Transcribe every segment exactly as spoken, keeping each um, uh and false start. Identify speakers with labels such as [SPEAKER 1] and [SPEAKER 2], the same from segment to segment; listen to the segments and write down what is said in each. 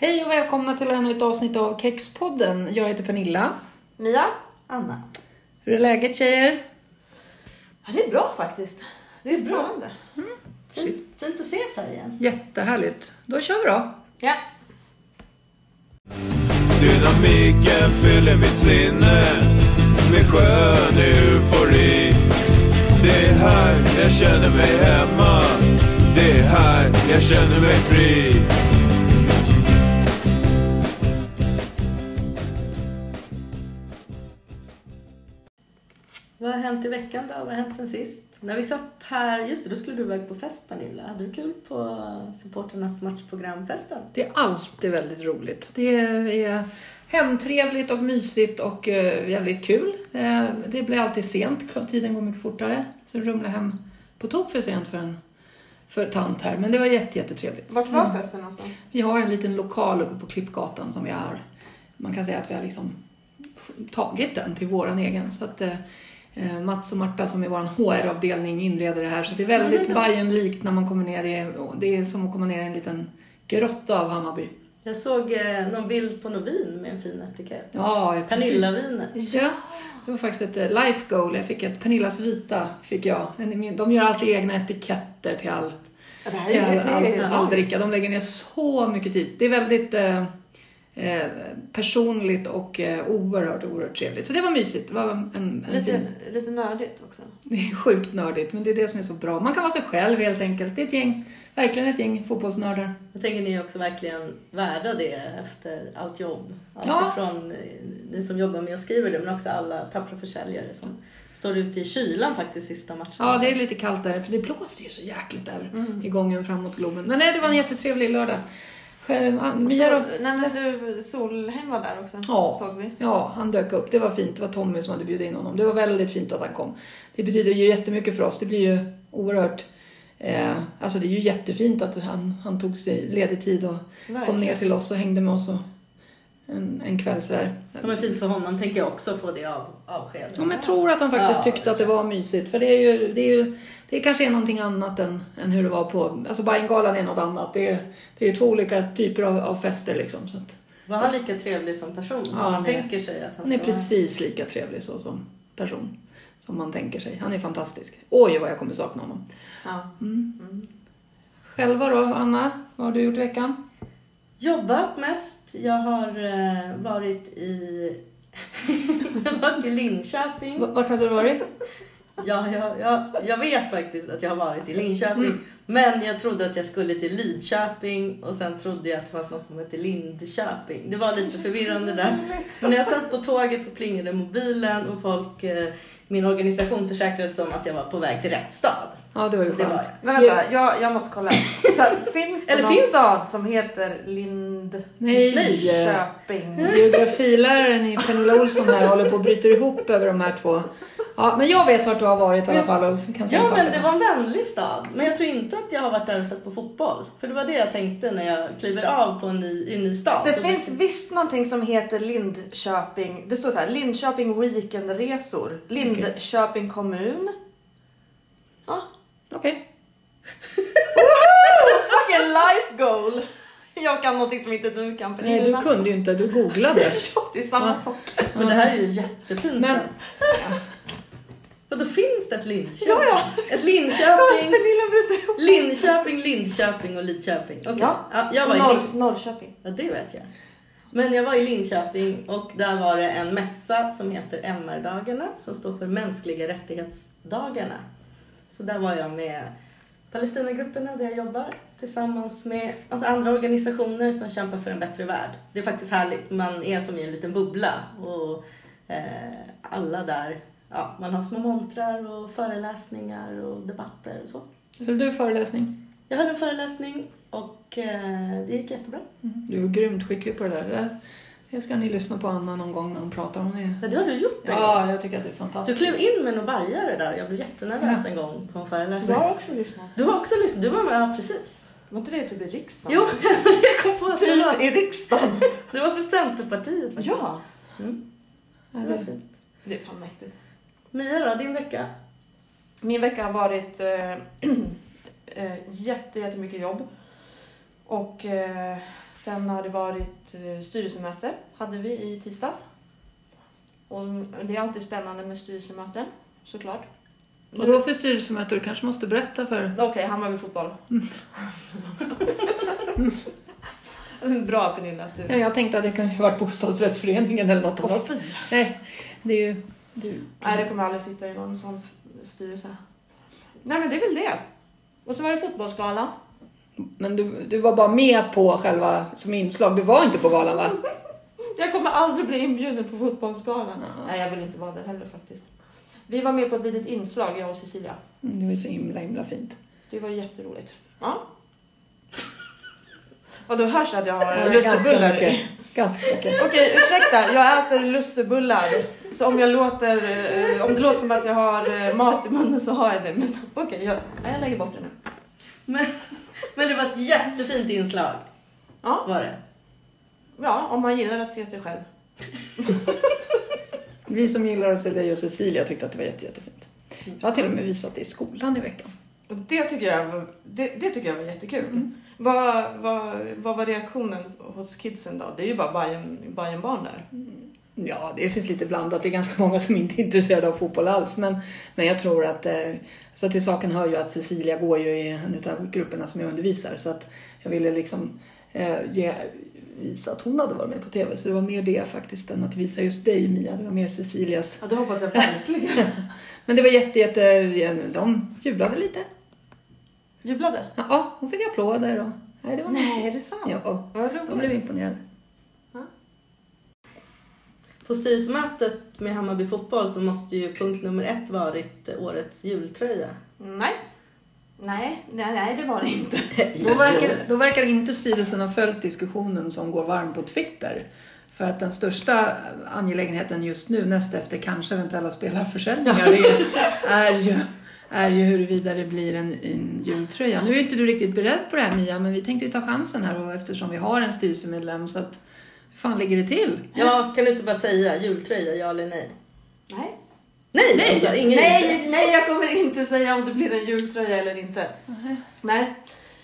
[SPEAKER 1] Hej och välkomna till ännu ett avsnitt av Kexpodden. Jag heter Pernilla.
[SPEAKER 2] Mia, Anna.
[SPEAKER 1] Hur är läget, tjejer?
[SPEAKER 2] Ja, det är bra faktiskt. Det är strålande.
[SPEAKER 1] Mm.
[SPEAKER 2] Fint, fint att ses här igen.
[SPEAKER 1] Jättehärligt. Då kör vi då.
[SPEAKER 2] Ja.
[SPEAKER 3] Dynamiken fyller mitt sinne med skön eufori. Det är här jag känner mig hemma. Det är här jag känner mig fri.
[SPEAKER 2] Vad har hänt i veckan då? Vad har hänt sen sist? När vi satt här, just det, då skulle du iväg på fest, Pernilla. Hade du kul på supporternas matchprogramfesten?
[SPEAKER 1] Det är alltid väldigt roligt. Det är hemtrevligt och mysigt och jävligt kul. Det blir alltid sent. Tiden går mycket fortare. Så rumlar hem på tok för sent för en för tant här. Men det var jätte, jättetrevligt.
[SPEAKER 4] Vart var festen någonstans?
[SPEAKER 1] Vi har en liten lokal uppe på Klippgatan som vi har. Man kan säga att vi har liksom tagit den till våran egen. Så att eh, Mats och Marta som är våran H R-avdelning inreder det här. Så det är väldigt Bajen-likt när man kommer ner i, det är som att komma ner i en liten grotta av Hammarby.
[SPEAKER 2] Jag såg eh, någon bild på någon vin med en fin etikett.
[SPEAKER 1] Ja,
[SPEAKER 2] Pernilla-vinet.
[SPEAKER 1] Ja, det var faktiskt ett life goal. Jag fick ett Pernillas vita, fick jag. De gör alltid egna etiketter till allt.
[SPEAKER 4] Ja, det här är,
[SPEAKER 1] till
[SPEAKER 4] det är,
[SPEAKER 1] allt,
[SPEAKER 4] det är
[SPEAKER 1] allt dricka. De lägger ner så mycket tid. Det är väldigt eh, eh, personligt och eh, oerhört, oerhört trevligt. Så det var mysigt. Det var en, en
[SPEAKER 4] lite,
[SPEAKER 1] fin...
[SPEAKER 4] lite nördigt också.
[SPEAKER 1] Det är sjukt nördigt, men det är det som är så bra. Man kan vara sig själv helt enkelt. Det är ett gäng, verkligen ett gäng fotbollsnördar.
[SPEAKER 2] Jag tänker ni är också verkligen värda det efter allt jobb. Allt
[SPEAKER 1] Ja.
[SPEAKER 2] ifrån ni som jobbar med och skriver det, men också alla tappra försäljare som står ute i kylan faktiskt sista matchen.
[SPEAKER 1] Ja, det är lite kallt där, för det blåser ju så jäkligt där
[SPEAKER 4] Mm.
[SPEAKER 1] i gången fram mot Globen. Men nej, det var en jättetrevlig lördag. Själv,
[SPEAKER 4] Och
[SPEAKER 1] Mia
[SPEAKER 4] så,
[SPEAKER 1] då?
[SPEAKER 4] nej, men du, Solheim var där också,
[SPEAKER 1] Ja.
[SPEAKER 4] såg vi.
[SPEAKER 1] Ja, han dök upp. Det var fint. Det var Tommy som hade bjudit in honom. Det var väldigt fint att han kom. Det betyder ju jättemycket för oss. Det blir ju oerhört... Eh, alltså det är ju jättefint att han, han tog sig ledig tid och
[SPEAKER 4] Verkligen.
[SPEAKER 1] kom ner till oss och hängde med oss och en, en kväll sådär.
[SPEAKER 2] Ja, men fint för honom tänker jag också få det av, avsked.
[SPEAKER 1] Ja, men jag tror att han faktiskt
[SPEAKER 2] Ja,
[SPEAKER 1] tyckte att det var mysigt. För det är ju... Det, är ju, det kanske är någonting annat än, än hur det var på... Alltså Bajengalan är något annat. Det är, det är två olika typer av, av fester liksom. Så att,
[SPEAKER 2] Var han lika trevlig som person som
[SPEAKER 1] Ja,
[SPEAKER 2] man
[SPEAKER 1] han är-
[SPEAKER 2] tänker sig att han
[SPEAKER 1] han är
[SPEAKER 2] ska
[SPEAKER 1] precis lika trevlig så som person. Som man tänker sig. Han är fantastisk. Oj, vad jag kommer sakna honom.
[SPEAKER 4] Ja.
[SPEAKER 1] Mm.
[SPEAKER 4] Mm.
[SPEAKER 1] Själva då, Anna? Vad har du gjort i veckan?
[SPEAKER 2] jobbat mest. Jag har eh, varit i... jag har varit i Linköping.
[SPEAKER 1] V- Vart hade du varit?
[SPEAKER 2] Ja, jag, jag, jag vet faktiskt att jag har varit i Linköping.
[SPEAKER 1] Mm.
[SPEAKER 2] Men jag trodde att jag skulle till Lidköping. Och sen trodde jag att det fanns något som hette Lindköping. Det var lite förvirrande där. Men när jag satt på tåget så plingade mobilen. Och folk, eh, min organisation försäkrade som att jag var på väg till rätt stad.
[SPEAKER 1] Ja, det var ju
[SPEAKER 2] Det var
[SPEAKER 1] skönt.
[SPEAKER 2] jag.
[SPEAKER 4] Men vänta, jag, jag måste kolla. Så, finns det
[SPEAKER 2] Eller
[SPEAKER 4] någon
[SPEAKER 2] finns-
[SPEAKER 4] stad som heter Lind...
[SPEAKER 1] Nej.
[SPEAKER 4] Linköping?
[SPEAKER 1] Geografiläraren i Pernilla Olsson här håller på att bryta ihop över de här två. Ja, men jag vet vart du har varit i alla fall och kan säga
[SPEAKER 2] Ja, men
[SPEAKER 1] kartan.
[SPEAKER 2] det var en vänlig stad. Men jag tror inte att jag har varit där och sett på fotboll. För det var det jag tänkte när jag kliver av på en ny, i en ny stad.
[SPEAKER 4] Det
[SPEAKER 2] Så
[SPEAKER 4] finns visst någonting som heter Lindköping. Det står så här, Linköping weekendresor. Linköping kommun. Ja.
[SPEAKER 1] Okej.
[SPEAKER 4] Fucking life goal. Jag kan någonting som inte du kan.
[SPEAKER 1] Nej, du kunde ju inte. Du googlade.
[SPEAKER 4] Det är samma
[SPEAKER 1] Va?
[SPEAKER 4] sak.
[SPEAKER 2] Men det här är ju jättepinsamt.
[SPEAKER 1] Men
[SPEAKER 2] Och då finns det ett Linköping.
[SPEAKER 4] Ja, ja.
[SPEAKER 2] Ett Linköping,
[SPEAKER 4] Pernilla bryter ihop.
[SPEAKER 2] Linköping, Linköping och Lidköping. Okej.
[SPEAKER 4] Ja.
[SPEAKER 2] Ja, jag var i
[SPEAKER 4] Norr,
[SPEAKER 2] Lin-
[SPEAKER 4] Norrköping.
[SPEAKER 2] ja, det vet jag. Men jag var i Linköping och där var det en mässa som heter M R-dagarna. Som står för mänskliga rättighetsdagarna. Så där var jag med Palestinagrupperna där jag jobbar. Tillsammans med alltså andra organisationer som kämpar för en bättre värld. Det är faktiskt härligt. Man är som i en liten bubbla. Och eh, alla där... Ja, man har små montrar och föreläsningar och debatter och så.
[SPEAKER 1] höll du föreläsning?
[SPEAKER 2] Jag hade en föreläsning och eh, det gick jättebra.
[SPEAKER 1] Mm. Du är grymt skicklig på det där. Det, det ska ni lyssna på Anna någon gång när hon pratar om det.
[SPEAKER 2] Ja, det har du gjort.
[SPEAKER 1] Ja, jag tycker att det är
[SPEAKER 2] Du
[SPEAKER 1] fantastiskt.
[SPEAKER 2] klev in med några bajare där. Jag blev jättenervös
[SPEAKER 1] Ja.
[SPEAKER 2] en gång på en
[SPEAKER 4] Du
[SPEAKER 2] föreläsning.
[SPEAKER 4] har också lyssnat.
[SPEAKER 2] Du har också lyssnat. Du var med, ja, precis.
[SPEAKER 4] Var inte det typ i riksdagen?
[SPEAKER 2] Jo, jag kom på att det
[SPEAKER 4] Typ
[SPEAKER 2] var,
[SPEAKER 4] i riksdagen.
[SPEAKER 2] det var för Centerpartiet. faktiskt.
[SPEAKER 4] Ja.
[SPEAKER 2] Mm,
[SPEAKER 1] Ja,
[SPEAKER 2] det var
[SPEAKER 1] det,
[SPEAKER 2] fint.
[SPEAKER 4] Det är fan mäktigt.
[SPEAKER 2] Mia då, din vecka?
[SPEAKER 4] Min vecka har varit äh, äh, jätte, jättemycket jobb. Och eh, sen har det varit eh, styrelsemöte. Hade vi i tisdags. Och det är alltid spännande med styrelsemöten, såklart.
[SPEAKER 1] Och då för styrelsemöte, du kanske måste berätta för...
[SPEAKER 4] Okej, okay, Hammarby fotboll. Mm. Bra, Pernilla, att du...
[SPEAKER 1] Ja, jag tänkte att det kunde ha varit bostadsrättsföreningen eller något annat.
[SPEAKER 4] Oh,
[SPEAKER 1] Nej, det är ju... Det är ju...
[SPEAKER 4] Nej, det kommer aldrig sitta i någon sån styrelse. Nej, men det är väl det. Och så var det fotbollsgala.
[SPEAKER 1] Men du, du var bara med på själva som inslag. Du var inte på galan, va?
[SPEAKER 4] Jag kommer aldrig bli inbjuden på fotbollsgalan. Ja. Nej, jag vill inte vara där heller faktiskt. Vi var med på ett litet inslag, jag och Cecilia.
[SPEAKER 1] Mm, det var så himla, himla fint.
[SPEAKER 4] Det var jätteroligt. Ja. Och då hörs att jag har
[SPEAKER 1] ja,
[SPEAKER 4] lussebullar.
[SPEAKER 1] Ganska mycket. Ganska mycket.
[SPEAKER 4] Okej, ursäkta. Jag äter lussebullar. Så om jag låter... Om det låter som att jag har mat i munnen så har jag det. Men okej, jag, jag lägger bort det nu.
[SPEAKER 2] Men, men det var ett jättefint inslag.
[SPEAKER 4] Ja.
[SPEAKER 2] Var det?
[SPEAKER 4] Ja, om man gillar att se sig själv.
[SPEAKER 1] Vi som gillar att se dig och Cecilia tyckte att det var jätte, jättefint. Jag har till och med visat det i skolan i veckan.
[SPEAKER 4] Och det tycker jag var, det, det tycker jag var jättekul.
[SPEAKER 1] Mm.
[SPEAKER 4] Vad, vad, vad var reaktionen hos kidsen då? Det är ju bara Bayern, Bayern barn där.
[SPEAKER 1] Mm. Ja, det finns lite blandat. Det är ganska många som inte är intresserade av fotboll alls. Men, men jag tror att... Eh, så till saken hör ju att Cecilia går ju i en av grupperna som jag undervisar. Så att jag ville liksom eh, ge, visa att hon hade varit med på tv. Så det var mer det faktiskt än att visa just dig, Mia. Det var mer Cecilias.
[SPEAKER 4] Ja, det hoppas jag verkligen.
[SPEAKER 1] Men det var jätte, jätte... De jublade lite.
[SPEAKER 4] Jublade?
[SPEAKER 1] Ja, hon fick applåder. Och, nej, det var
[SPEAKER 4] nej,
[SPEAKER 1] nice.
[SPEAKER 4] är det sant?
[SPEAKER 1] Ja, de blev imponerade.
[SPEAKER 4] Ja.
[SPEAKER 2] På styrelsemötet med Hammarby fotboll så måste ju punkt nummer ett varit årets jultröja.
[SPEAKER 4] Nej. Nej, nej, nej det var det inte.
[SPEAKER 1] Då verkar, då verkar inte styrelsen ha följt diskussionen som går varm på Twitter. För att den största angelägenheten just nu, näst efter kanske eventuella spelarförsäljningar, är, är, ju, är ju huruvida det blir en, en jultröja. Nu är inte du riktigt beredd på det här, Mia, men vi tänkte ju ta chansen här och eftersom vi har en styrelsemedlem så att hur fan ligger det till?
[SPEAKER 2] Ja, kan du inte bara säga jultröja, ja eller nej?
[SPEAKER 4] Nej.
[SPEAKER 2] Nej,
[SPEAKER 1] nej,
[SPEAKER 2] alltså, ingen
[SPEAKER 4] nej, nej, jag kommer inte säga om det blir en jultröja eller inte.
[SPEAKER 1] Uh-huh.
[SPEAKER 4] Nej.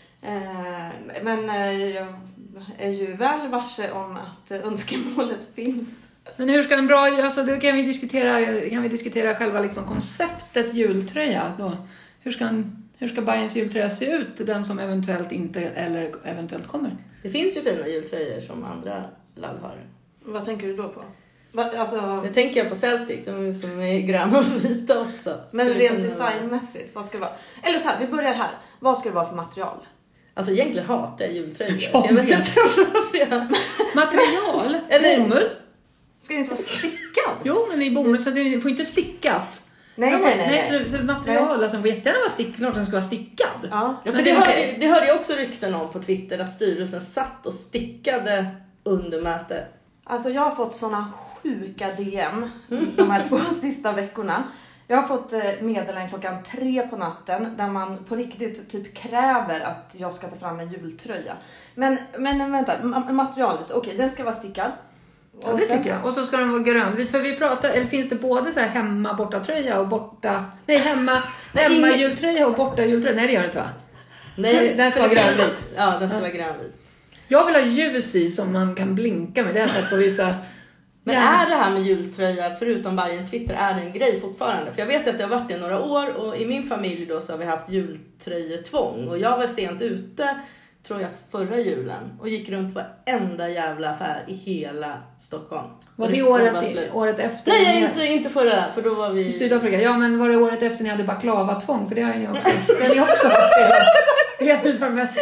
[SPEAKER 4] Eh, men eh, jag är ju väl varse om att önskemålet finns.
[SPEAKER 1] Men hur ska en bra, alltså då kan vi diskutera, kan vi diskutera själva liksom konceptet jultröja då. Hur ska en, hur ska Bayerns jultröja se ut, den som eventuellt inte eller eventuellt kommer?
[SPEAKER 2] Det finns ju fina jultröjor som andra lag har.
[SPEAKER 4] Vad tänker du då på? Va, alltså...
[SPEAKER 2] Nu tänker jag på Celtic, de som är gröna och vita också.
[SPEAKER 4] Men rent designmässigt, vad ska det vara? Eller så här, vi börjar här. Vad ska det vara för material?
[SPEAKER 2] Alltså egentligen hatar jag jultröjor.
[SPEAKER 1] Ja,
[SPEAKER 2] jag vet inte ens varför jag...
[SPEAKER 1] Material?
[SPEAKER 2] Eller...
[SPEAKER 1] Bomull?
[SPEAKER 4] Ska det inte vara stickad?
[SPEAKER 1] Jo, men i bomull så det får inte stickas.
[SPEAKER 4] Nej, nej, nej.
[SPEAKER 1] nej. Så, så material, nej. Alltså får jättegärna vara stickad, klart den ska vara stickad.
[SPEAKER 4] Ja,
[SPEAKER 2] ja för
[SPEAKER 1] men
[SPEAKER 2] det,
[SPEAKER 1] det,
[SPEAKER 2] hörde,
[SPEAKER 1] okay.
[SPEAKER 2] det hörde jag också rykten om på Twitter att styrelsen satt och stickade under mötet.
[SPEAKER 4] Alltså jag har fått såna sjuka D M de här två sista veckorna. Jag har fått meddelanden klockan tre på natten där man på riktigt typ kräver att jag ska ta fram en jultröja. Men, men vänta, materialet, okej, okay, den ska vara stickad.
[SPEAKER 1] Ja, det tycker jag. Och så ska den vara grön. För vi pratar, eller finns det både så här hemma borta tröja och borta... Nej, hemma, hemma jultröja och borta jultröja. Nej, det gör det inte, va?
[SPEAKER 2] Nej,
[SPEAKER 1] den ska vara grönvit.
[SPEAKER 2] Ja, den ska ja. vara grönvit.
[SPEAKER 1] Jag vill ha ljus i som man kan blinka med. Det har jag sett på vissa...
[SPEAKER 2] Men ja. är det här med jultröja, förutom Bayern Twitter, är det en grej fortfarande? För jag vet att det har varit det några år och i min familj då så har vi haft jultröjetvång. Och jag var sent ute, tror jag, förra julen och gick runt på varenda jävla affär i hela Stockholm.
[SPEAKER 1] Var det, det året, året efter?
[SPEAKER 2] Nej, inte, inte förra, för då var vi...
[SPEAKER 1] I Sydafrika, ja, men var det året efter ni hade baklava-tvång? För det har ni också, det har ni också haft. Det är ett av de mest...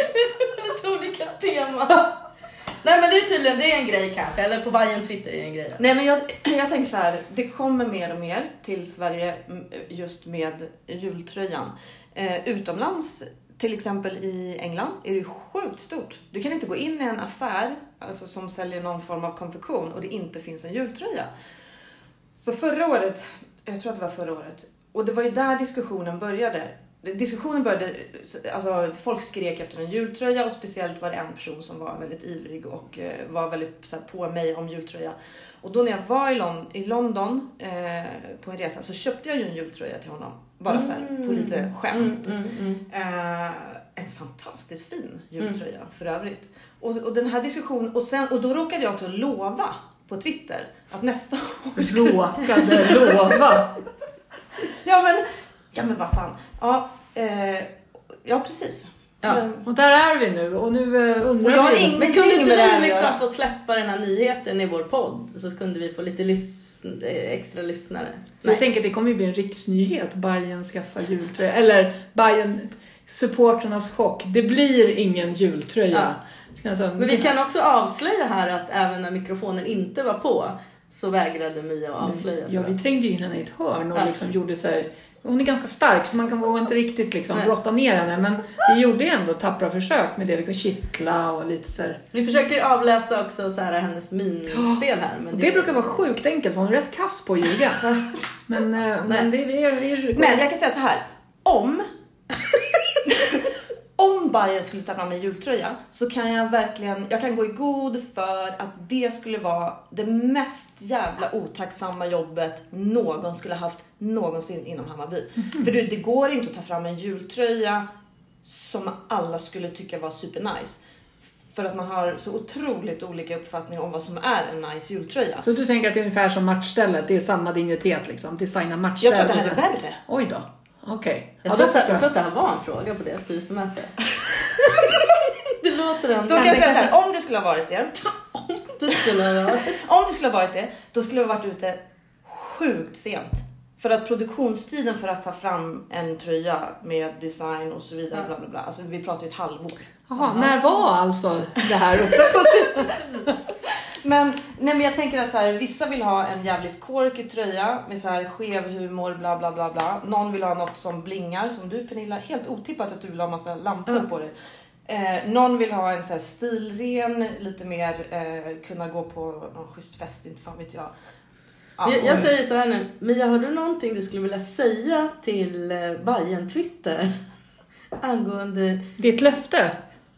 [SPEAKER 2] olika tema. Nej, men det är tydligen, det är en grej kanske. Eller på Bayern Twitter är det en grej.
[SPEAKER 4] Nej, men jag, jag tänker så här. Det kommer mer och mer till Sverige just med jultröjan. Eh, utomlands, till exempel i England, är det sjukt stort. Du kan inte gå in i en affär alltså, som säljer någon form av konfektion och det inte finns en jultröja. Så förra året, jag tror att det var förra året, och det var ju där diskussionen började. Diskussionen började, alltså folk skrek efter en jultröja och speciellt var det en person som var väldigt ivrig och eh, var väldigt så här, på mig om jultröja. Och då när jag var i, Lon- i London eh, på en resa så köpte jag ju en jultröja till honom. Bara så här, på lite skämt.
[SPEAKER 2] Mm, mm, mm.
[SPEAKER 4] Eh, en fantastiskt fin jultröja mm. för övrigt. Och, och den här diskussionen, och, sen, och då råkade jag också lova på Twitter att nästa år...
[SPEAKER 1] Skulle... Råkade lova?
[SPEAKER 4] ja, men, ja, men vad fan. Ja, eh, ja precis.
[SPEAKER 1] Ja. Och där är vi nu. Och nu uh, undrar
[SPEAKER 2] jag
[SPEAKER 1] vi...
[SPEAKER 2] Men kunde inte vi liksom få släppa den här nyheten i vår podd, så kunde vi få lite lys- extra lyssnare?
[SPEAKER 1] För jag tänker att det kommer ju bli en riksnyhet. Bayern skaffar jultröja. Eller Bayern supporternas chock. Det blir ingen jultröja. Ja. Alltså,
[SPEAKER 2] men vi kan också avslöja här att även när mikrofonen inte var på så vägrade Mia att avslöja.
[SPEAKER 1] Ja, vi trängde in henne i ett hörn och ja. liksom gjorde så här. Hon är ganska stark så man kan våga inte riktigt liksom brotta ner henne. Men vi gjorde ändå tappra försök med det. Vi kan kittla och lite så här.
[SPEAKER 2] Vi försöker avläsa också så här hennes minspel här. Men
[SPEAKER 1] det, det brukar vara sjukt enkelt för hon är rätt kass på att ljuga. men, men, det, vi, vi,
[SPEAKER 4] men jag kan säga så här. Om... Om Bayern skulle ta fram en jultröja så kan jag verkligen, jag kan gå i god för att det skulle vara det mest jävla otacksamma jobbet någon skulle haft någonsin inom Hammarby. Mm-hmm. För det, det går inte att ta fram en jultröja som alla skulle tycka var supernice. För att man har så otroligt olika uppfattningar om vad som är en nice jultröja.
[SPEAKER 1] Så du tänker att det är ungefär som matchstället, det är samma dignitet liksom, designa matchstället.
[SPEAKER 4] Jag tror att det här är värre.
[SPEAKER 1] Oj då. Okej. Okay.
[SPEAKER 2] Jag, ja, jag tror att det här var en fråga på det styrelsemöte. Det låter ändå.
[SPEAKER 4] Då kan jag säga så här, om det skulle ha varit det.
[SPEAKER 2] om det skulle ha varit
[SPEAKER 4] Om det skulle ha varit det, då skulle vi ha varit ute sjukt sent. För att produktionstiden för att ta fram en tröja med design och så vidare, bla bla bla. Alltså vi pratar ju ett halvår.
[SPEAKER 1] Jaha, när var alltså det här uppe?
[SPEAKER 4] Men, nej, men jag tänker att så här, vissa vill ha en jävligt quirky tröja med så här skev humor, bla bla bla bla. Någon vill ha något som blingar, som du Pernilla. Helt otippat att du vill ha massa lampor mm. på dig. Eh, någon vill ha en så här stilren, lite mer eh, kunna gå på någon schysst fest, inte fan vet jag.
[SPEAKER 2] Ja, jag, jag säger så här nu, Mia, har du någonting du skulle vilja säga till eh, Bayern Twitter angående
[SPEAKER 1] ditt löfte?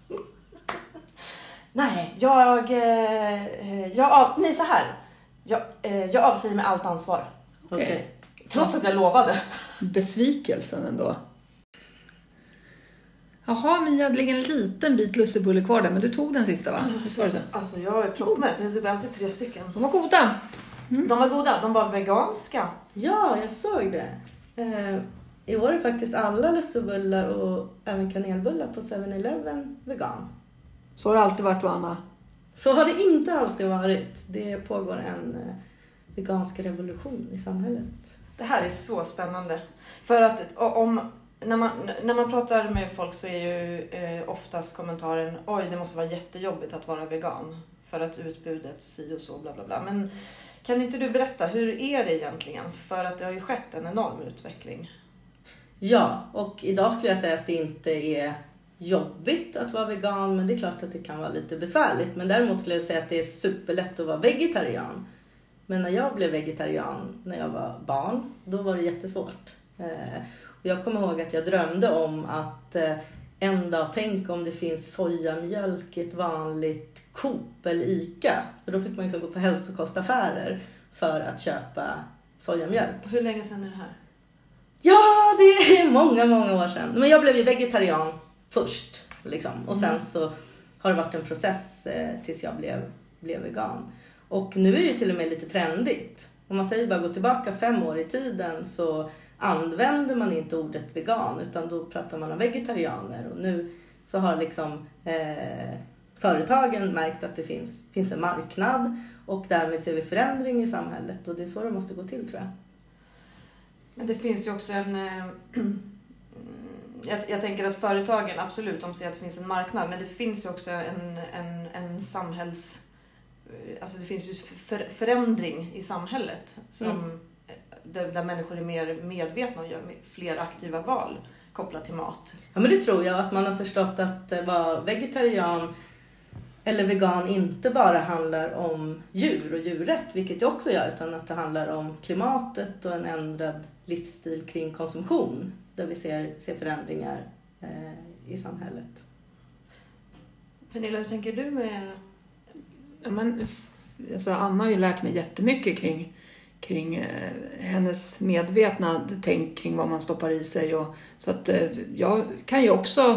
[SPEAKER 4] Nej, jag, eh, jag nej så här. Jag, eh, jag avsäger med allt ansvar.
[SPEAKER 1] Okej. Okay.
[SPEAKER 4] Trots att jag lovade.
[SPEAKER 1] Besvikelsen ändå. Jaha, Mia, det ligger en liten bit lussebulle kvar där, men du tog den sista, va? Visst var det så?
[SPEAKER 4] Alltså, jag är proppmätt. Jag tog alltid tre stycken.
[SPEAKER 1] De var goda.
[SPEAKER 4] Mm. De var goda. De var veganska.
[SPEAKER 2] Ja, jag såg det. Eh, I år är faktiskt alla lussebullar och även kanelbullar på seven eleven vegan.
[SPEAKER 1] Så har det alltid varit, va, Anna?
[SPEAKER 2] Så har det inte alltid varit. Det pågår en eh, vegansk revolution i samhället.
[SPEAKER 4] Det här är så spännande. För att om, när, man, när man pratar med folk så är ju eh, oftast kommentaren: oj, det måste vara jättejobbigt att vara vegan. För att utbudet si och så, bla bla bla. Men kan inte du berätta, hur är det egentligen? För att det har ju skett en enorm utveckling.
[SPEAKER 2] Ja, och idag skulle jag säga att det inte är jobbigt att vara vegan, men det är klart att det kan vara lite besvärligt. Men däremot skulle jag säga att det är superlätt att vara vegetarian. Men när jag blev vegetarian när jag var barn, då var det jättesvårt. Eh, och jag kommer ihåg att jag drömde om att eh, en dag, tänk om det finns sojamjölk i ett vanligt Coop eller Ica. För då fick man liksom gå på hälsokostaffärer för att köpa sojamjölk.
[SPEAKER 4] Hur länge sedan är det här?
[SPEAKER 2] Ja, det är många, många år sedan. Men jag blev ju vegetarian först. Liksom. Och sen mm. så har det varit en process eh, tills jag blev, blev vegan. Och nu är det ju till och med lite trendigt. Om man säger bara gå tillbaka fem år i tiden så använder man inte ordet vegan, utan då pratar man om vegetarianer. Och nu så har liksom eh, företagen märkt att det finns, finns en marknad, och därmed ser vi förändring i samhället, och det är så det måste gå till, tror jag.
[SPEAKER 4] Men det finns ju också en... Eh, jag, jag tänker att företagen, absolut, de ser att det finns en marknad, men det finns ju också en, en, en samhälls... Alltså det finns ju för, förändring i samhället som, mm. där, där människor är mer medvetna och gör fler aktiva val kopplat till mat.
[SPEAKER 2] Ja, men det tror jag, att man har förstått att vara vegetarian eller vegan inte bara handlar om djur och djurrätt, vilket det också gör, utan att det handlar om klimatet och en ändrad livsstil kring konsumtion, där vi ser, ser förändringar eh, i samhället.
[SPEAKER 4] Pernilla, hur tänker du med...
[SPEAKER 1] Ja, men, alltså, Anna har ju lärt mig jättemycket kring, kring eh, hennes medvetna tänk kring vad man stoppar i sig. Och, så att eh, jag kan ju också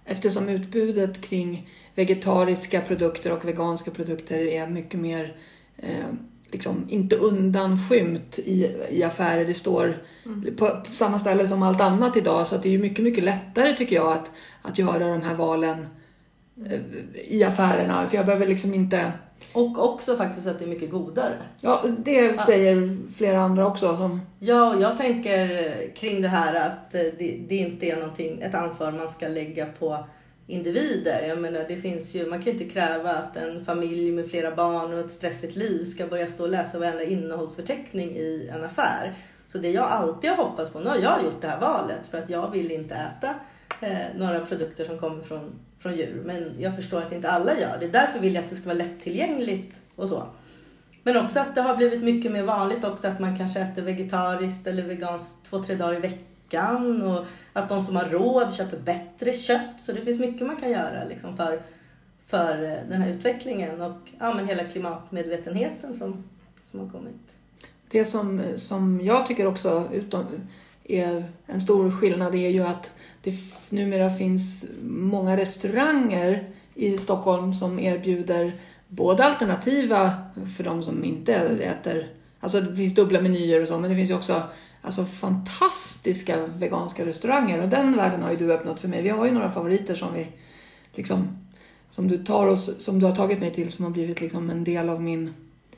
[SPEAKER 1] eftersom utbudet kring vegetariska produkter och veganska produkter är mycket mer eh, liksom inte undanskymt i, i affärer. Det står mm. på, på samma ställe som allt annat idag, så att det är ju mycket, mycket lättare tycker jag att, att göra de här valen eh, i affärerna. För jag behöver liksom inte...
[SPEAKER 2] Och också faktiskt att det är mycket godare.
[SPEAKER 1] Ja, det säger ja. flera andra också. Som...
[SPEAKER 2] Ja, jag tänker kring det här att det, det inte är någonting, ett ansvar man ska lägga på individer. Jag menar, det finns ju, man kan inte kräva att en familj med flera barn och ett stressigt liv ska börja stå och läsa varenda innehållsförteckning i en affär. Så det jag alltid har hoppats på, nu har jag gjort det här valet för att jag vill inte äta eh, några produkter som kommer från, från djur. Men jag förstår att inte alla gör det. Därför vill jag att det ska vara lättillgängligt och så. Men också att det har blivit mycket mer vanligt också att man kanske äter vegetariskt eller veganskt två, tre dagar i veckan. Och att de som har råd köper bättre kött. Så det finns mycket man kan göra liksom för, för den här utvecklingen. Och ja, men hela klimatmedvetenheten som, som har kommit.
[SPEAKER 1] Det som, som jag tycker också utom, är en stor skillnad är ju att det numera finns många restauranger i Stockholm som erbjuder både alternativa för de som inte äter, alltså det finns dubbla menyer och så, men det finns ju också alltså fantastiska veganska restauranger, och den världen har ju du öppnat för mig. Vi har ju några favoriter som vi liksom, som du tar oss, som du har tagit mig till, som har blivit liksom en del av min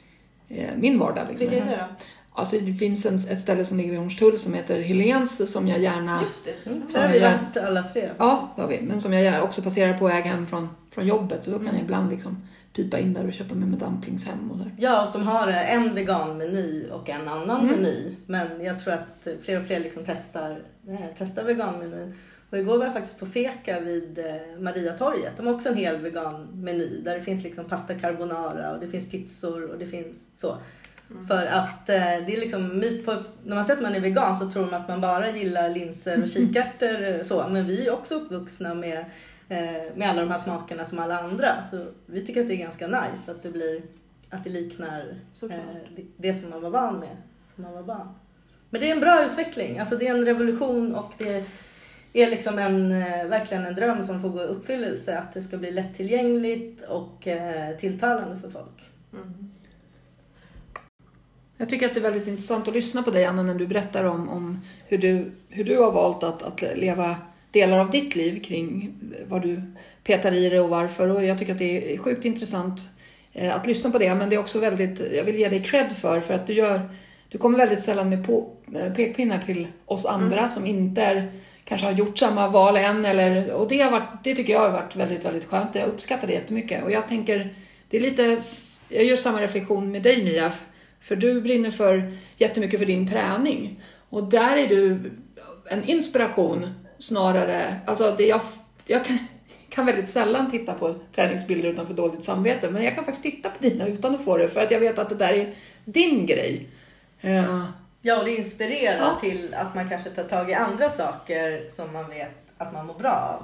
[SPEAKER 1] eh, min vardag liksom.
[SPEAKER 4] Vilka är det då?
[SPEAKER 1] Alltså det finns en, ett ställe som ligger vid Hornstull som heter Helens, som jag gärna...
[SPEAKER 2] Just det, mm. så har vi gärna, varit alla tre.
[SPEAKER 1] Ja, det har vi. Men som jag gärna också passerar på väg hem från, från jobbet. Så då kan jag ibland liksom pipa in där och köpa med mig dumplings hem och där.
[SPEAKER 2] Ja, som har en veganmeny och en annan mm. meny. Men jag tror att fler och fler liksom testar, testar veganmenyn. Och igår var jag faktiskt på Feka vid Mariatorget. De har också en hel veganmeny där det finns liksom pasta carbonara och det finns pizzor och det finns så. Mm. För att eh, det är liksom, när man säger att man är vegan så tror man att man bara gillar linser och kikärtor så. Men vi är också uppvuxna med, eh, med alla de här smakerna som alla andra. Så vi tycker att det är ganska nice att det blir, att det liknar eh, det, det som man var van med när man var barn. Men det är en bra utveckling, alltså det är en revolution och det är liksom en, verkligen en dröm som får gå i uppfyllelse. Att det ska bli lättillgängligt och eh, tilltalande för folk.
[SPEAKER 4] Mm.
[SPEAKER 1] Jag tycker att det är väldigt intressant att lyssna på dig, Anna, när du berättar om, om hur, du, hur du har valt att, att leva delar av ditt liv kring vad du petar i det och varför. Och jag tycker att det är sjukt intressant eh, att lyssna på det. Men det är också väldigt, jag vill ge dig cred för, för att du, gör, du kommer väldigt sällan med på, pekpinnar till oss andra mm. som inte är, kanske har gjort samma val än. Eller, och det, har varit, det tycker jag har varit väldigt, väldigt skönt. Jag uppskattar det jättemycket. Och jag tänker, det är lite, jag gör samma reflektion med dig, Mia. För du brinner för jättemycket för din träning. Och där är du en inspiration snarare. Alltså det jag, jag kan, kan väldigt sällan titta på träningsbilder utan för dåligt samvete. Men jag kan faktiskt titta på dina utan att få det. För att jag vet att det där är din grej. Uh.
[SPEAKER 2] Ja, och det inspirerar ja. till att man kanske tar tag i andra saker som man vet att man mår bra av.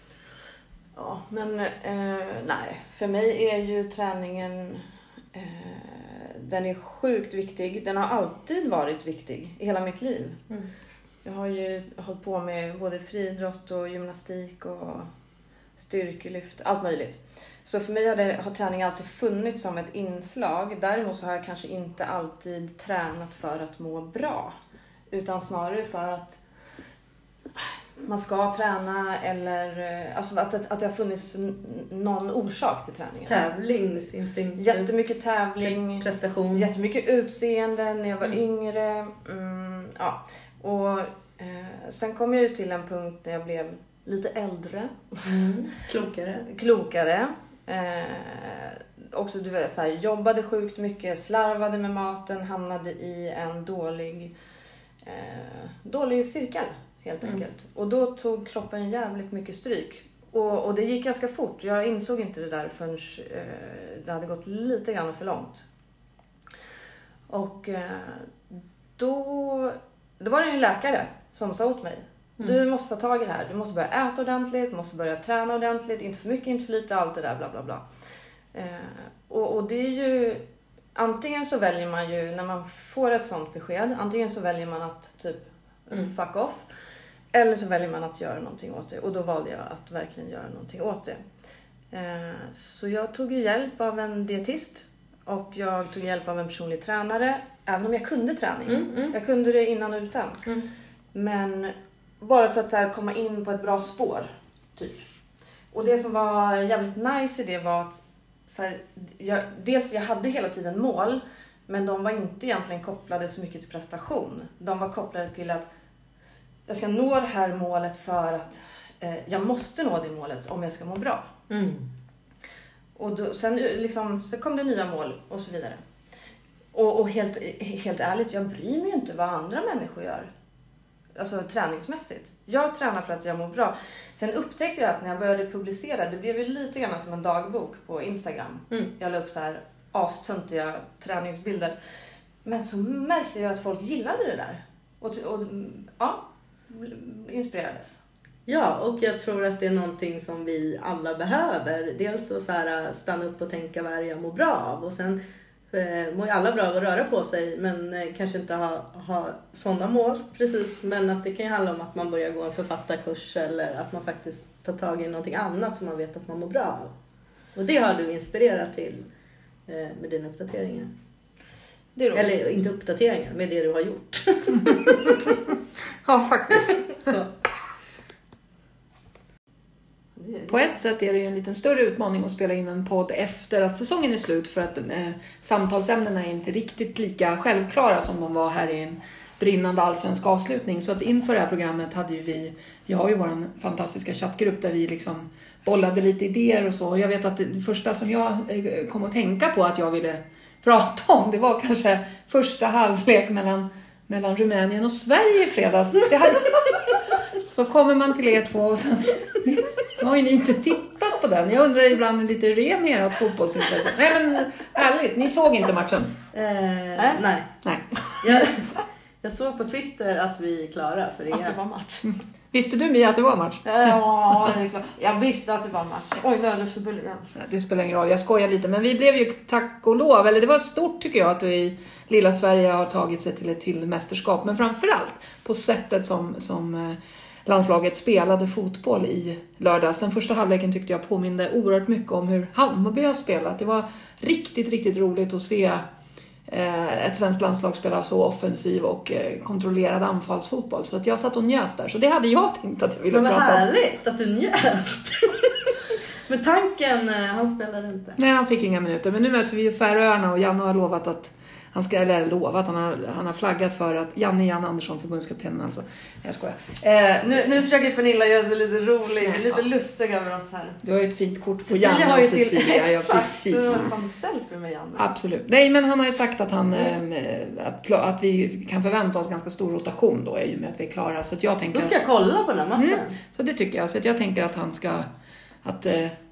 [SPEAKER 4] Ja, men eh, nej. För mig är ju träningen... Eh, Den är sjukt viktig. Den har alltid varit viktig i hela mitt liv. Mm. Jag har ju hållit på med både friidrott och gymnastik och styrkelyft, allt möjligt. Så för mig har, det, har träning alltid funnits som ett inslag. Däremot så har jag kanske inte alltid tränat för att må bra. Utan snarare för att man ska träna eller alltså att, att det har funnits någon orsak till träningen.
[SPEAKER 2] Tävlingsinstinkt.
[SPEAKER 4] Jättemycket tävling.
[SPEAKER 2] Prestation.
[SPEAKER 4] Jättemycket utseende när jag var mm. yngre. Mm, ja. Och eh, sen kom jag ju till en punkt när jag blev lite äldre.
[SPEAKER 2] Mm. Klokare.
[SPEAKER 4] Klokare. Eh, också du vet, så här, jobbade sjukt mycket, slarvade med maten, hamnade i en dålig, eh, dålig cirkel. Helt enkelt. Mm. Och då tog kroppen jävligt mycket stryk. Och, och det gick ganska fort. Jag insåg inte det där förrän eh, det hade gått lite grann för långt. Och eh, då, då var det en läkare som sa åt mig. Mm. Du måste ta tag i det här. Du måste börja äta ordentligt. Du måste börja träna ordentligt. Inte för mycket, inte för lite. Allt det där, bla bla bla. Eh, och, och det är ju... Antingen så väljer man ju, när man får ett sånt besked. Antingen så väljer man att typ mm. fuck off. Eller så väljer man att göra någonting åt det. Och då valde jag att verkligen göra någonting åt det. Så jag tog ju hjälp av en dietist. Och jag tog hjälp av en personlig tränare. Även om jag kunde träning. Mm, mm. Jag kunde det innan och utan. Mm. Men bara för att så här, komma in på ett bra spår. Typ. Och det som var jävligt nice i det var att så här, jag, dels jag hade hela tiden mål. Men de var inte egentligen kopplade så mycket till prestation. De var kopplade till att jag ska nå det här målet för att eh, jag måste nå det målet om jag ska må bra. Mm. Och då, sen liksom, så kom det nya mål och så vidare. Och, och helt, helt ärligt, jag bryr mig inte vad andra människor gör. Alltså träningsmässigt. Jag tränar för att jag mår bra. Sen upptäckte jag att när jag började publicera, det blev ju lite grann som en dagbok på Instagram. Mm. Jag la upp så här astöntiga träningsbilder. Men så märkte jag att folk gillade det där. Och, och ja, inspirerades.
[SPEAKER 2] Ja, och jag tror att det är någonting som vi alla behöver. Dels att så här, stanna upp och tänka vad jag mår bra av. Och sen eh, mår ju alla bra av att röra på sig. Men eh, kanske inte ha, ha sådana mål precis. Men att det kan ju handla om att man börjar gå en författarkurs. Eller att man faktiskt tar tag i någonting annat som man vet att man mår bra av. Och det har du inspirerat till eh, med dina uppdateringar. Det är Eller inte uppdateringar, med det du har gjort.
[SPEAKER 1] Ja, faktiskt.
[SPEAKER 2] Så.
[SPEAKER 1] På ett sätt är det ju en liten större utmaning att spela in en podd efter att säsongen är slut. För att eh, samtalsämnena är inte riktigt lika självklara som de var här i en brinnande allsvensk avslutning. Så att inför det här programmet hade ju vi, vi har ju vår fantastiska chattgrupp där vi liksom bollade lite idéer och så. Och jag vet att det första som jag kom att tänka på att jag ville prata om, det var kanske första halvlek mellan, mellan Rumänien och Sverige i fredags. Det hade... Så kommer man till er två och så har ju ni inte tittat på den. Jag undrar ibland lite hur det är med ert fotbollsintresse. Nej men ärligt, ni såg inte matchen?
[SPEAKER 2] Eh, nej. Nej.
[SPEAKER 1] nej.
[SPEAKER 2] Jag, jag såg på Twitter att vi är klara för det.
[SPEAKER 4] Att det var match.
[SPEAKER 1] Visste du Mia att det var match?
[SPEAKER 4] Ja, det är klart. Jag visste att det var match. Oj, nu är det så bullig.
[SPEAKER 1] Det spelar ingen roll, jag skojar lite. Men vi blev ju tack och lov, eller det var stort tycker jag att vi i lilla Sverige har tagit sig till ett till mästerskap. Men framförallt på sättet som... som landslaget spelade fotboll i lördags. Den första halvleken tyckte jag påminde oerhört mycket om hur Hammarby har spelat. Det var riktigt, riktigt roligt att se eh, ett svenskt landslag spela så offensiv och eh, kontrollerad anfallsfotboll. Så att jag satt och njöt där. Så det hade jag tänkt att jag ville
[SPEAKER 2] prata om.
[SPEAKER 1] Men
[SPEAKER 2] vad härligt att du njöt. Men tanken, han spelade inte.
[SPEAKER 1] Nej, han fick inga minuter. Men nu möter vi ju Färöarna och Janne har lovat att Han ska, eller lovat, han har, han har flaggat för att Janne Jan Andersson, förbundskaptenen alltså. Jag skojar.
[SPEAKER 4] Eh, nu, nu försöker Pernilla göra sig lite rolig, nej, lite ja. lustig över oss här.
[SPEAKER 1] Du har ju ett fint kort på
[SPEAKER 4] Cecilia
[SPEAKER 1] Janne
[SPEAKER 4] har ju
[SPEAKER 1] och Cecilia.
[SPEAKER 4] Till, exakt,
[SPEAKER 1] ja, precis.
[SPEAKER 4] Du har en selfie med Janne.
[SPEAKER 1] Absolut. Nej, men han har ju sagt att, han, mm. att, att vi kan förvänta oss ganska stor rotation då, i och med att vi är klara. Så att jag tänker
[SPEAKER 2] då ska
[SPEAKER 1] att,
[SPEAKER 2] jag kolla på den här matchen. Mm,
[SPEAKER 1] så det tycker jag. Så att jag tänker att han ska... Att,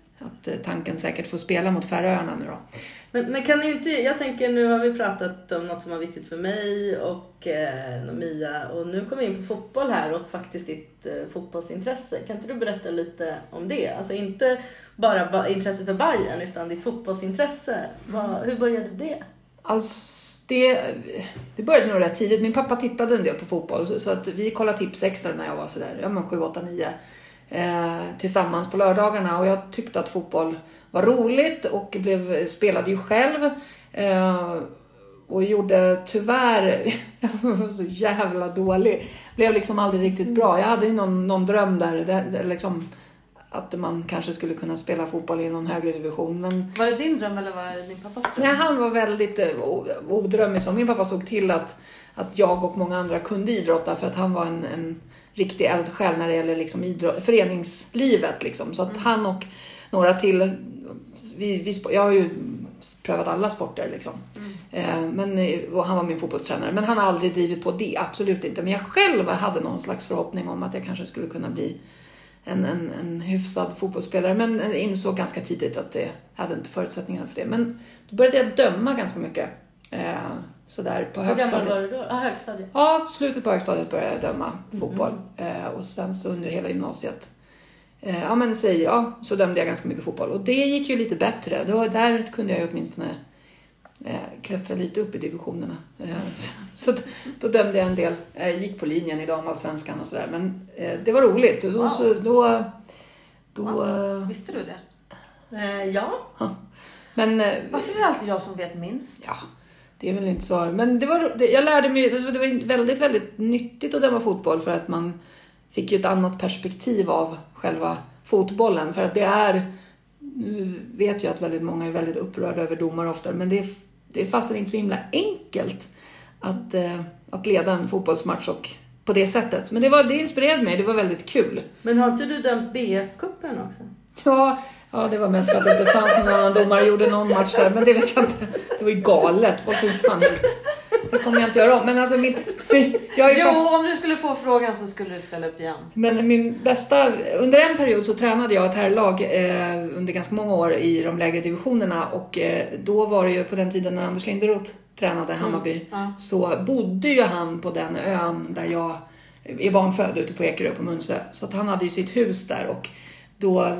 [SPEAKER 1] att tanken säkert får spela mot Färöarna nu då.
[SPEAKER 2] Men, men kan ni inte, jag tänker nu har vi pratat om något som är viktigt för mig och eh, Mia och nu kommer vi in på fotboll här och faktiskt ditt eh, fotbollsintresse. Kan inte du berätta lite om det? Alltså inte bara ba- intresse för Bayern utan ditt fotbollsintresse. Vad, hur började det?
[SPEAKER 1] Alltså det, det började nog rätt tidigt. Min pappa tittade en del på fotboll så, så att vi kollade Tips Extra när jag var sådär, ja men sju, åtta, nio eh, tillsammans på lördagarna och jag tyckte att fotboll var roligt och blev, spelade ju själv eh, och gjorde tyvärr jag var så jävla dålig, blev liksom aldrig riktigt bra. Jag hade ju någon, någon dröm där, där, där liksom, att man kanske skulle kunna spela fotboll i någon högre division. Men,
[SPEAKER 4] var det din dröm eller var det din pappas dröm?
[SPEAKER 1] Nej, han var väldigt eh, odrömmig. Som min pappa såg till att, att jag och många andra kunde idrotta för att han var en, en riktig eldsjäl när det gäller liksom idrott, föreningslivet liksom. Så att mm. han och några till, vi, vi, jag har ju prövat alla sporter liksom. Mm. Eh, men, och han var min fotbollstränare. Men han har aldrig drivit på det, absolut inte. Men jag själv hade någon slags förhoppning om att jag kanske skulle kunna bli en, en, en hyfsad fotbollsspelare. Men insåg ganska tidigt att det hade inte förutsättningarna för det. Men då började jag döma ganska mycket. Eh, sådär på högstadiet.
[SPEAKER 2] Hur gammal var du då? Ah, högstadiet.
[SPEAKER 1] Ja, slutet på högstadiet började jag döma fotboll. Mm. Eh, och sen så under hela gymnasiet. Eh, ja men säg ja, så dömde jag ganska mycket fotboll. Och det gick ju lite bättre. Då, där kunde jag ju åtminstone eh, klättra lite upp i divisionerna. Eh, så att, då dömde jag en del. Jag gick på linjen i damallsvenskan och sådär. Men eh, det var roligt. Och då,
[SPEAKER 4] Wow.
[SPEAKER 1] så, då, då,
[SPEAKER 4] Wow. Visste du det?
[SPEAKER 2] Eh, ja.
[SPEAKER 1] ja. Men, eh,
[SPEAKER 4] Varför är det alltid jag som vet minst?
[SPEAKER 1] ja, det är väl inte så. Men det var, det, jag lärde mig, det var väldigt, väldigt nyttigt att döma fotboll för att man fick ju ett annat perspektiv av själva fotbollen. För att det är, nu vet jag att väldigt många är väldigt upprörda över domar ofta, men det är, det är fast inte så himla enkelt att, eh, att leda en fotbollsmatch och på det sättet. Men det, var, det inspirerade mig, det var väldigt kul.
[SPEAKER 2] Men har inte du dömt B F-cupen också?
[SPEAKER 1] Ja, ja, det var mest för att det inte fanns någon annan domare gjorde någon match där. Men det vet jag inte. Det var ju galet. Folk var fan helt... Det kommer jag inte göra om. Men alltså mitt... Jag är ju
[SPEAKER 4] Jo,
[SPEAKER 1] fan...
[SPEAKER 4] om du skulle få frågan så skulle du ställa upp igen.
[SPEAKER 1] Men min bästa... Under en period så tränade jag ett herrlag eh, under ganska många år i de lägre divisionerna. Och eh, då var det ju på den tiden när Anders Linderoth tränade Hammarby.
[SPEAKER 4] Mm, ja.
[SPEAKER 1] Så bodde ju han på den ön där jag är barnfödd ute på Ekerö på Munsö. Så att han hade ju sitt hus där och då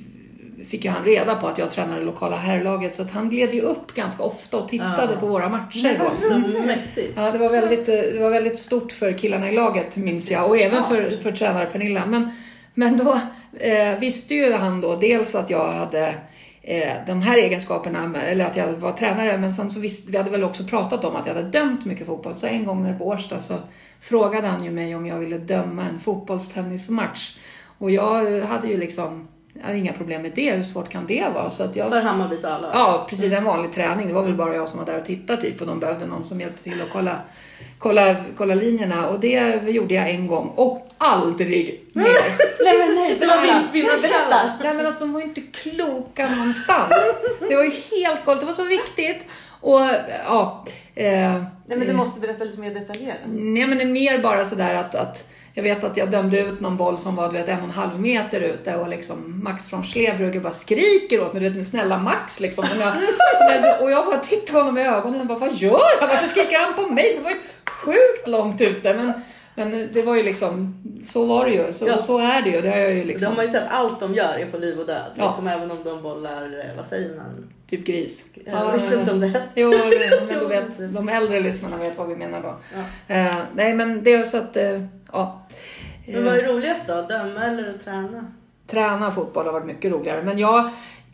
[SPEAKER 1] fick ju han reda på att jag tränade lokala herrlaget. Så att han gled ju upp ganska ofta och tittade
[SPEAKER 2] Ja.
[SPEAKER 1] på våra matcher då.
[SPEAKER 2] Mm, mäktigt.
[SPEAKER 1] Ja, det var väldigt, det var väldigt stort för killarna i laget minns jag. Och även för, för tränare Pernilla. Men, men då eh, visste ju han då dels att jag hade eh, de här egenskaperna. Eller att jag var tränare. Men sen så visste vi hade väl också pratat om att jag hade dömt mycket fotboll. Så en gång när på Årsta så frågade han ju mig om jag ville döma en fotbollstennismatch. Och jag hade ju liksom... Jag hade inga problem med det. Hur svårt kan det vara? Så att jag...
[SPEAKER 2] För Hammarbys alla.
[SPEAKER 1] Ja, precis. En vanlig träning. Det var väl bara jag som var där och tittade typ. Och de behövde någon som hjälpte till att kolla, kolla, kolla linjerna. Och det gjorde jag en gång. Och aldrig mer.
[SPEAKER 4] Nej men nej,
[SPEAKER 2] Det var
[SPEAKER 4] berätta.
[SPEAKER 2] vin-
[SPEAKER 4] berätta.
[SPEAKER 1] Nej men alltså de var ju inte kloka någonstans. Det var ju helt galet. Det var så viktigt. Och ja... Eh,
[SPEAKER 4] Nej men du måste berätta lite mer detaljerat.
[SPEAKER 1] Nej men det är mer bara sådär att... att jag vet att jag dömde ut någon boll som var du vet, en och en halv meter ute och liksom Max från Schlebrugge bara skriker åt mig, du vet, med snälla Max liksom. Och jag, jag, och jag bara tittar honom i ögonen och bara, vad gör han? Varför skriker han på mig? Det var ju sjukt långt ute, men, men det var ju liksom, så var det ju, så,
[SPEAKER 2] Ja.
[SPEAKER 1] så är det ju, det har jag ju liksom.
[SPEAKER 2] De har ju sett allt de gör är på liv och död.
[SPEAKER 1] Ja.
[SPEAKER 2] Liksom, även om de bollar, vad säger man?
[SPEAKER 1] Typ gris.
[SPEAKER 2] Jag visste inte om det hette.
[SPEAKER 1] Jo, men du vet, de äldre lyssnarna vet vad vi menar då.
[SPEAKER 2] Ja.
[SPEAKER 1] Uh, nej men det är så att, uh, ja.
[SPEAKER 2] Men vad är roligast då? Döma eller att träna?
[SPEAKER 1] Träna fotboll har varit mycket roligare. Men jag...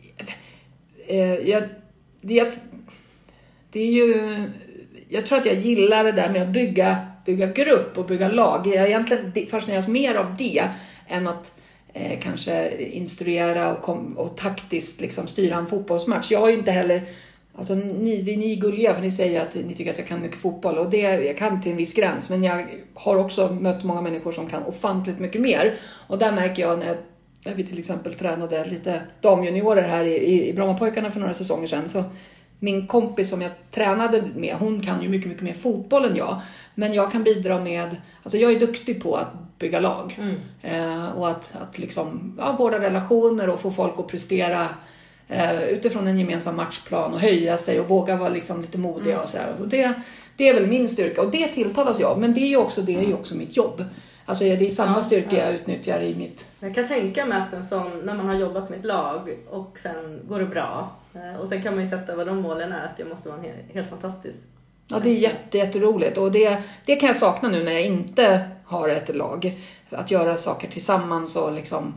[SPEAKER 1] Eh, jag det, det är ju... Jag tror att jag gillar det där med att bygga, bygga grupp och bygga lag. Jag egentligen fascineras mer av det än att eh, kanske instruera och, kom, och taktiskt liksom styra en fotbollsmatch. Jag har ju inte heller... Alltså ni, ni är gulliga för ni säger att ni tycker att jag kan mycket fotboll. Och det jag kan till en viss gräns. Men jag har också mött många människor som kan ofantligt mycket mer. Och där märker jag när, när vi till exempel tränade lite damjuniorer här i, i, i Brommapojkarna för några säsonger sedan. Så min kompis som jag tränade med, hon kan ju mycket, mycket mer fotboll än jag. Men jag kan bidra med, alltså jag är duktig på att bygga lag. Mm. Eh, och att, att liksom, ja, vårda relationer och få folk att prestera Uh, utifrån en gemensam matchplan och höja sig och våga vara liksom lite modiga mm. och sådär. Och det, det är väl min styrka och det tilltalas jag. Men det är ju också, det är ju också mitt jobb. Alltså det är samma
[SPEAKER 2] ja,
[SPEAKER 1] styrka
[SPEAKER 2] ja.
[SPEAKER 1] jag utnyttjar i mitt...
[SPEAKER 2] Jag kan tänka mig att en sån, när man har jobbat med ett lag och sen går det bra. Och sen kan man ju sätta vad de målen är, att det måste vara helt, helt fantastiskt.
[SPEAKER 1] Ja, det är jätte, jätteroligt. Och det, det kan jag sakna nu när jag inte har ett lag. Att göra saker tillsammans och liksom...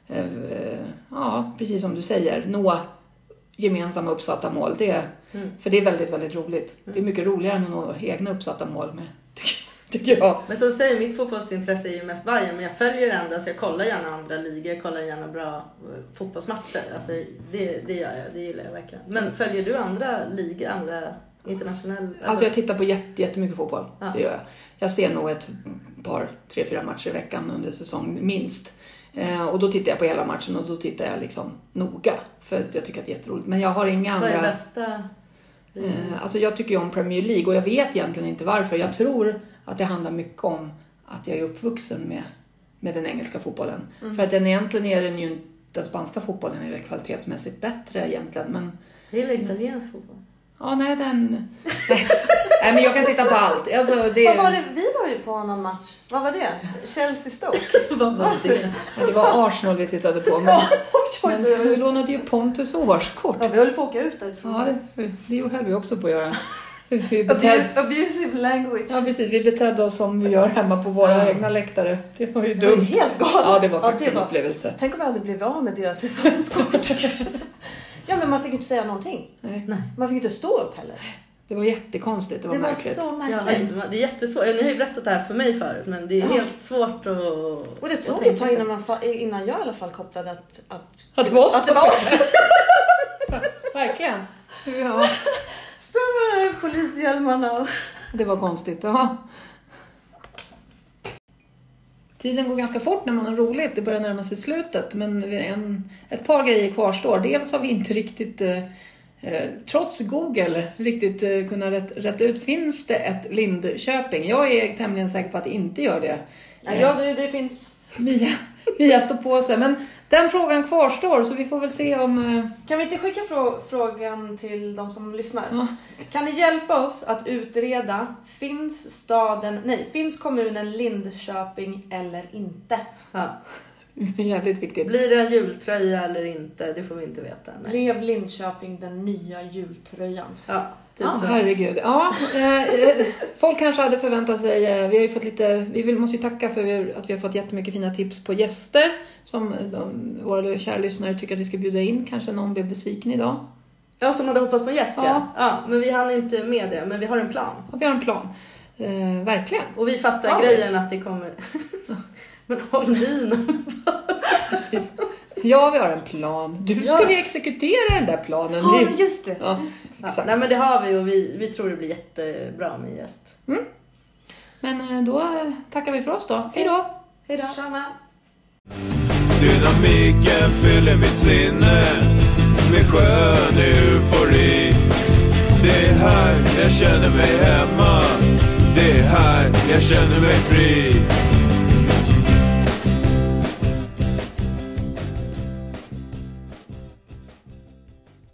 [SPEAKER 1] Ja, precis som du säger, nå gemensamma uppsatta mål. Det, mm. För det är väldigt, väldigt roligt. Mm. Det är mycket roligare än att nå egna uppsatta mål med, tycker jag.
[SPEAKER 2] Men så säger mitt fotbollsintresse är ju mest Bayern, men jag följer ändå, så jag kollar gärna andra ligor, kollar gärna bra fotbollsmatcher. Alltså det, det gör jag, det gillar jag verkligen. Men följer du andra ligor, andra internationella? Alltså,
[SPEAKER 1] alltså jag tittar på jätte, jättemycket fotboll,
[SPEAKER 2] ja.
[SPEAKER 1] Det gör jag. Jag ser nog ett par, tre, fyra matcher i veckan under säsong, minst. Eh, och då tittar jag på hela matchen och då tittar jag liksom noga. För att jag tycker att det är jätteroligt. Men jag har inga andra...
[SPEAKER 2] Vad är bästa?
[SPEAKER 1] Eh, alltså jag tycker ju om Premier League och jag vet egentligen inte varför. Jag tror att det handlar mycket om att jag är uppvuxen med, med den engelska fotbollen. Mm. För att den egentligen är den ju... Den spanska fotbollen är kvalitetsmässigt bättre egentligen. Men,
[SPEAKER 2] jag gillar italiensk fotboll.
[SPEAKER 1] Ja, nej, den... Nej. nej, men jag kan titta på allt. Alltså, det...
[SPEAKER 4] Vad var det? Vi var ju på någon match. Vad var det? Chelsea-Stoke.
[SPEAKER 2] Vad var det?
[SPEAKER 1] Ja, det var Arsenal vi tittade på. Men, men vi lånade ju Pontus årskort.
[SPEAKER 4] Ja, vi höll på att åka ut därifrån.
[SPEAKER 1] Ja, det, det höll vi också på att göra. Vi
[SPEAKER 4] betedde... Abusive language.
[SPEAKER 1] Ja, precis. Vi betedde oss som vi gör hemma på våra ja. egna läktare. Det var ju dumt.
[SPEAKER 4] Det var helt galet.
[SPEAKER 1] Ja, det var faktiskt
[SPEAKER 4] ja, det var...
[SPEAKER 1] en upplevelse.
[SPEAKER 4] Tänk om vi hade blivit av med deras säsongskort. Ja, men man fick inte säga någonting.
[SPEAKER 1] Nej.
[SPEAKER 4] Man fick inte stå upp heller.
[SPEAKER 1] Det var jättekonstigt. Det var,
[SPEAKER 4] det var
[SPEAKER 1] märkligt.
[SPEAKER 4] så märkligt.
[SPEAKER 2] Ja, det är jättesvårt. Ni har ju berättat det här för mig förut, men det är ja. helt svårt att...
[SPEAKER 4] Och det tog ett tag innan, man, innan jag i alla fall kopplade att... Att,
[SPEAKER 1] att det var oss.
[SPEAKER 4] Att det var oss.
[SPEAKER 1] Verkligen. Ja.
[SPEAKER 4] Står med polishjälmarna.
[SPEAKER 1] Det var konstigt, ja. Tiden går ganska fort när man har roligt. Det börjar närma sig slutet. Men en, ett par grejer kvarstår. Dels har vi inte riktigt... Eh, trots Google riktigt eh, kunnat rätt, rätt ut. Finns det ett Lindköping? Jag är tämligen säker på att det inte gör det.
[SPEAKER 4] Eh, ja, det, det finns.
[SPEAKER 1] Mia, Mia står på sig. Men den frågan kvarstår, så vi får väl se om... Eh...
[SPEAKER 4] Kan vi inte skicka frå- frågan till de som lyssnar?
[SPEAKER 1] Ja.
[SPEAKER 4] Kan ni hjälpa oss att utreda, finns staden, nej, finns kommunen Lindköping eller inte?
[SPEAKER 2] Ja.
[SPEAKER 1] Jävligt viktigt.
[SPEAKER 2] Blir det en jultröja eller inte? Det får vi inte veta. Nej.
[SPEAKER 4] Lev Lindköping, den nya jultröjan.
[SPEAKER 2] Ja, typ
[SPEAKER 1] ja,
[SPEAKER 2] så.
[SPEAKER 1] Herregud. Ja, eh, folk kanske hade förväntat sig, eh, vi har ju fått lite, vi vill, måste ju tacka för att vi har fått jättemycket fina tips på gäster som de, våra kära lyssnare tycker att vi ska bjuda in. Kanske någon blev besviken idag.
[SPEAKER 2] Ja, som hade hoppats på en gäst, ja.
[SPEAKER 1] Ja.
[SPEAKER 2] ja. Men vi hann inte med det, men vi har en plan.
[SPEAKER 1] Ja, vi har en plan. Eh, verkligen.
[SPEAKER 2] Och vi fattar ja, grejen att det kommer... Men håll min.
[SPEAKER 1] Precis. Ja, vi har en plan. Du
[SPEAKER 2] ja.
[SPEAKER 1] skulle ju exekutera den där planen.
[SPEAKER 4] Ja, just det.
[SPEAKER 1] Ja,
[SPEAKER 2] exakt. Ja, nej, men det har vi och vi, vi tror det blir jättebra med gäst.
[SPEAKER 1] Mm. Men då tackar vi för oss då. Hej då.
[SPEAKER 2] Hej då.
[SPEAKER 4] Samma.
[SPEAKER 3] Dynamiken fyller mitt sinne med skön eufori. Det är här jag känner mig hemma. Det är här jag känner mig fri.